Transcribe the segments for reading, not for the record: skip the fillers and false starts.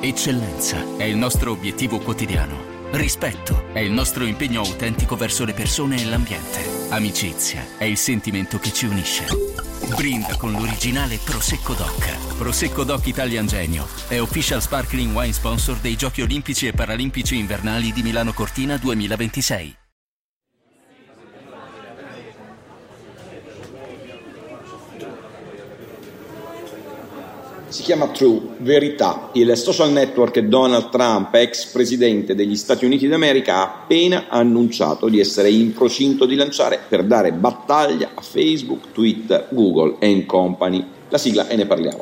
Eccellenza è il nostro obiettivo quotidiano. Rispetto è il nostro impegno autentico verso le persone e l'ambiente. Amicizia è il sentimento che ci unisce. Brinda con l'originale Prosecco Doc. Prosecco Doc Italian Genio è official sparkling wine sponsor dei Giochi Olimpici e Paralimpici Invernali di Milano Cortina 2026. Si chiama True, verità. Il social network Donald Trump, ex presidente degli Stati Uniti d'America, ha appena annunciato di essere in procinto di lanciare per dare battaglia a Facebook, Twitter, Google and Company. La sigla e ne parliamo.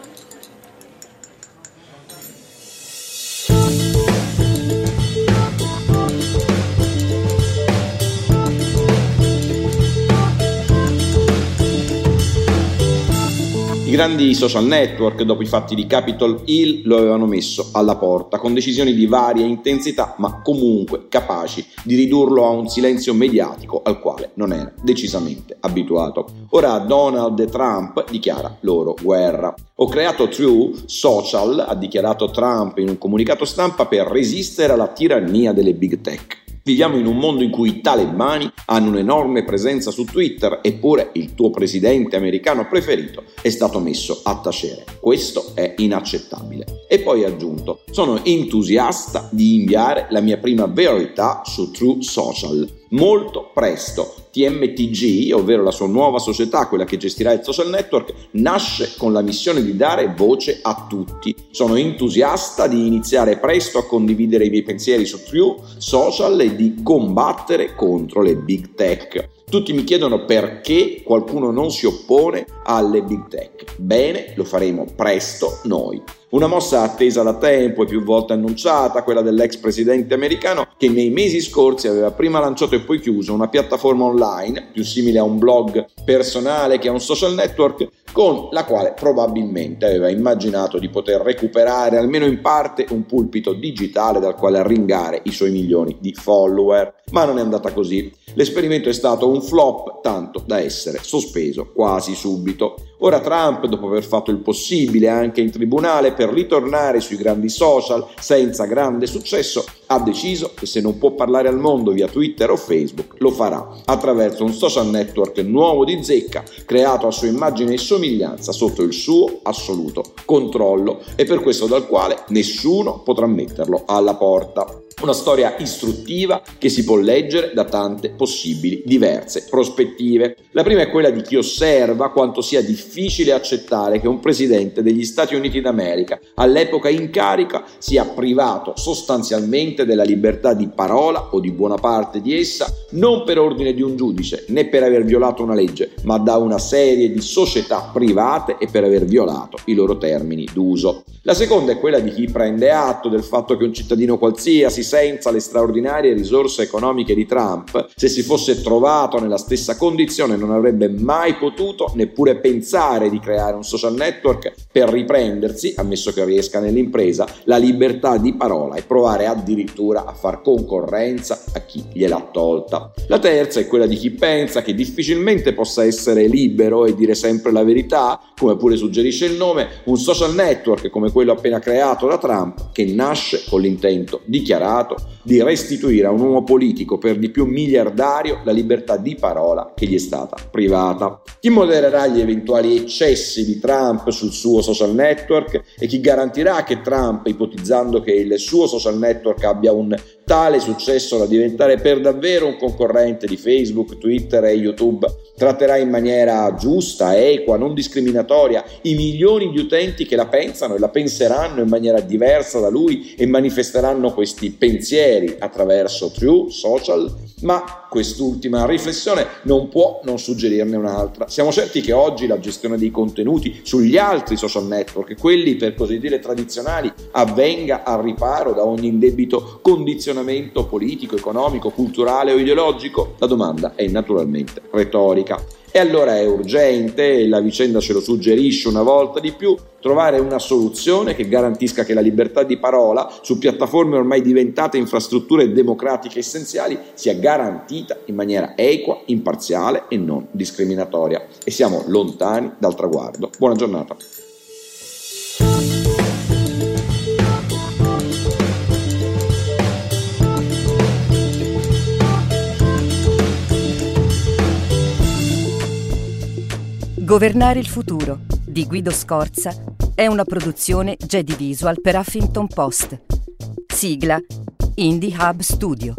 I grandi social network, dopo i fatti di Capitol Hill, lo avevano messo alla porta, con decisioni di varia intensità, ma comunque capaci di ridurlo a un silenzio mediatico al quale non era decisamente abituato. Ora Donald Trump dichiara loro guerra. Ho creato True Social, ha dichiarato Trump in un comunicato stampa, per resistere alla tirannia delle big tech. Viviamo in un mondo in cui i talebani hanno un'enorme presenza su Twitter, eppure il tuo presidente americano preferito è stato messo a tacere. Questo è inaccettabile. E poi ha aggiunto: sono entusiasta di inviare la mia prima verità su True Social. Molto presto TMTG, ovvero la sua nuova società, quella che gestirà il social network, nasce con la missione di dare voce a tutti. Sono entusiasta di iniziare presto a condividere i miei pensieri su True Social e di combattere contro le big tech. Tutti mi chiedono perché qualcuno non si oppone alle big tech. Bene, lo faremo presto noi. Una mossa attesa da tempo e più volte annunciata, quella dell'ex presidente americano, che nei mesi scorsi aveva prima lanciato e poi chiuso una piattaforma online, più simile a un blog personale che a un social network, con la quale probabilmente aveva immaginato di poter recuperare almeno in parte un pulpito digitale dal quale arringare i suoi milioni di follower. Ma non è andata così. L'esperimento è stato un flop, tanto da essere sospeso quasi subito. Ora Trump, dopo aver fatto il possibile anche in tribunale per ritornare sui grandi social senza grande successo, ha deciso che se non può parlare al mondo via Twitter o Facebook, lo farà attraverso un social network nuovo di zecca, creato a sua immagine e somiglianza, sotto il suo assoluto controllo, e per questo dal quale nessuno potrà metterlo alla porta. Una storia istruttiva che si può leggere da tante possibili diverse prospettive. La prima è quella di chi osserva quanto sia difficile accettare che un presidente degli Stati Uniti d'America, all'epoca in carica, sia privato sostanzialmente della libertà di parola o di buona parte di essa, non per ordine di un giudice né per aver violato una legge, ma da una serie di società private e per aver violato i loro termini d'uso. La seconda è quella di chi prende atto del fatto che un cittadino qualsiasi, senza le straordinarie risorse economiche di Trump, se si fosse trovato nella stessa condizione non avrebbe mai potuto neppure pensare di creare un social network per riprendersi, ammesso che riesca nell'impresa, la libertà di parola e provare addirittura a far concorrenza a chi gliel'ha tolta. La terza è quella di chi pensa che difficilmente possa essere libero e dire sempre la verità, come pure suggerisce il nome, un social network come quello appena creato da Trump, che nasce con l'intento dichiarato di restituire a un uomo politico per di più miliardario la libertà di parola che gli è stata privata. Chi modererà gli eventuali eccessi di Trump sul suo social network e chi garantirà che Trump, ipotizzando che il suo social network abbia un tale successo da diventare per davvero un concorrente di Facebook, Twitter e YouTube, tratterà in maniera giusta, equa, non discriminatoria i milioni di utenti che la pensano e la penseranno in maniera diversa da lui e manifesteranno questi pensieri attraverso True Social? Ma quest'ultima riflessione non può non suggerirne un'altra. Siamo certi che oggi la gestione dei contenuti sugli altri social network, quelli per così dire tradizionali, avvenga al riparo da ogni indebito condizionamento politico, economico, culturale o ideologico? La domanda è naturalmente retorica. E allora è urgente, e la vicenda ce lo suggerisce una volta di più, trovare una soluzione che garantisca che la libertà di parola su piattaforme ormai diventate infrastrutture democratiche essenziali sia garantita in maniera equa, imparziale e non discriminatoria. E siamo lontani dal traguardo. Buona giornata. Governare il futuro di Guido Scorza è una produzione Jedi Visual per Huffington Post. Sigla Indie Hub Studio.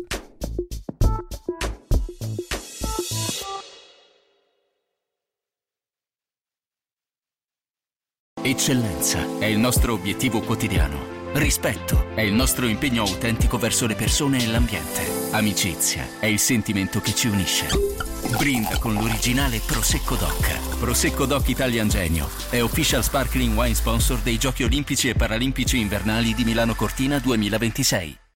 Eccellenza è il nostro obiettivo quotidiano. Rispetto è il nostro impegno autentico verso le persone e l'ambiente. Amicizia è il sentimento che ci unisce. Brinda con l'originale Prosecco Doc. Prosecco Doc Italian Genio è official sparkling wine sponsor dei Giochi Olimpici e Paralimpici Invernali di Milano Cortina 2026.